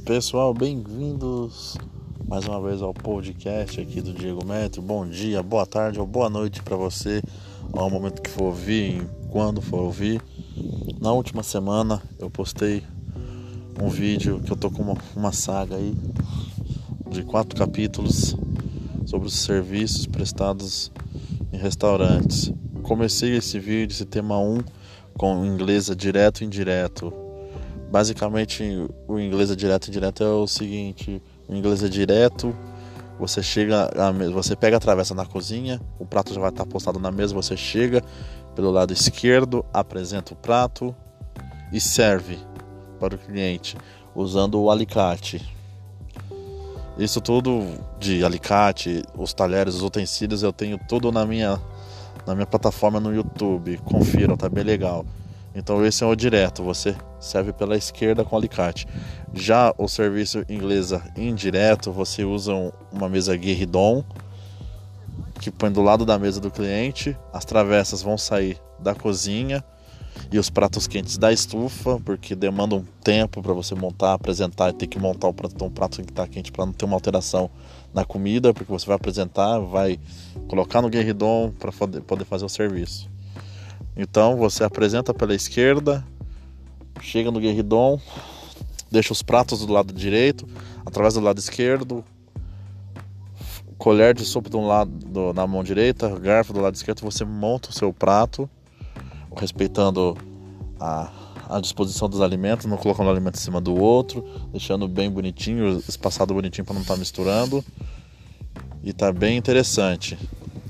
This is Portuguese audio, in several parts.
Pessoal, bem-vindos mais uma vez ao podcast aqui do Diego Metri. Bom dia, boa tarde ou boa noite para você, ao momento que for ouvir, quando for ouvir. Na última semana eu postei um vídeo que eu tô com uma saga aí de 4 capítulos sobre os serviços prestados em restaurantes. Comecei esse vídeo, esse tema 1, com inglês direto e indireto. Basicamente, o inglês direto e indireto é o seguinte: o inglês é direto, você chega, você pega a travessa na cozinha, o prato já vai estar postado na mesa, você chega pelo lado esquerdo, apresenta o prato e serve para o cliente usando o alicate. Isso tudo de alicate, os talheres, os utensílios, eu tenho tudo na minha plataforma no YouTube. Confiram, tá bem legal. Então esse é o direto, você serve pela esquerda com alicate. Já o serviço inglês indireto, você usa uma mesa guéridon, que põe do lado da mesa do cliente, as travessas vão sair da cozinha e os pratos quentes da estufa, porque demanda um tempo para você montar, apresentar e ter que montar um prato que está quente para não ter uma alteração na comida, porque você vai apresentar, vai colocar no guéridon para poder fazer o serviço. Então você apresenta pela esquerda, chega no guéridon, deixa os pratos do lado direito, através do lado esquerdo, colher de sopa de um lado na mão direita, garfo do lado esquerdo, você monta o seu prato, respeitando a disposição dos alimentos, não colocando um alimento em cima do outro, deixando bem bonitinho, espaçado bonitinho para não estar misturando. E tá bem interessante.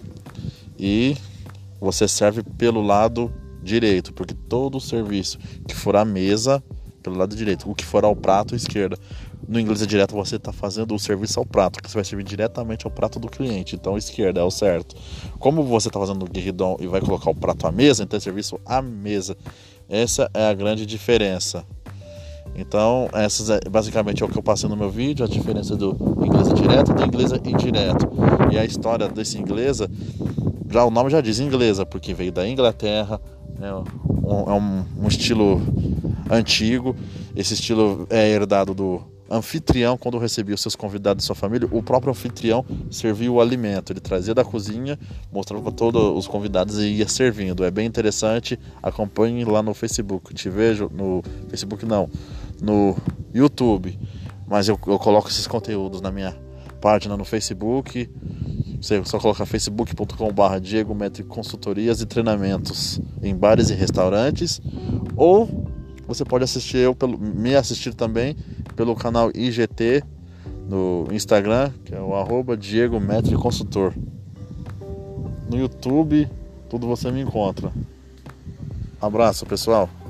E você serve pelo lado direito, porque todo o serviço que for à mesa, pelo lado direito, o que for ao prato, esquerda. No inglês é direto, você está fazendo o serviço ao prato, que você vai servir diretamente ao prato do cliente. Então esquerda é o certo. Como você está fazendo o guéridon e vai colocar o prato à mesa, então é serviço à mesa. Essa é a grande diferença. Então, essas basicamente é o que eu passei no meu vídeo, a diferença do inglês direto e do inglês indireto. E a história desse inglês, já o nome já diz inglesa, porque veio da Inglaterra, né? É um estilo antigo. Esse estilo é herdado do anfitrião. Quando recebia os seus convidados de sua família, o próprio anfitrião servia o alimento, ele trazia da cozinha, mostrava para todos os convidados e ia servindo. É bem interessante, acompanhe lá no Facebook. Te vejo no Facebook, não, no YouTube, mas eu coloco esses conteúdos na minha página no Facebook. Você só coloca facebook.com/Diego Metri Consultorias e Treinamentos em bares e restaurantes, ou você pode me assistir também pelo canal IGT no Instagram, que é o @Diego Metri Consultor. No YouTube, tudo você me encontra. Abraço, pessoal.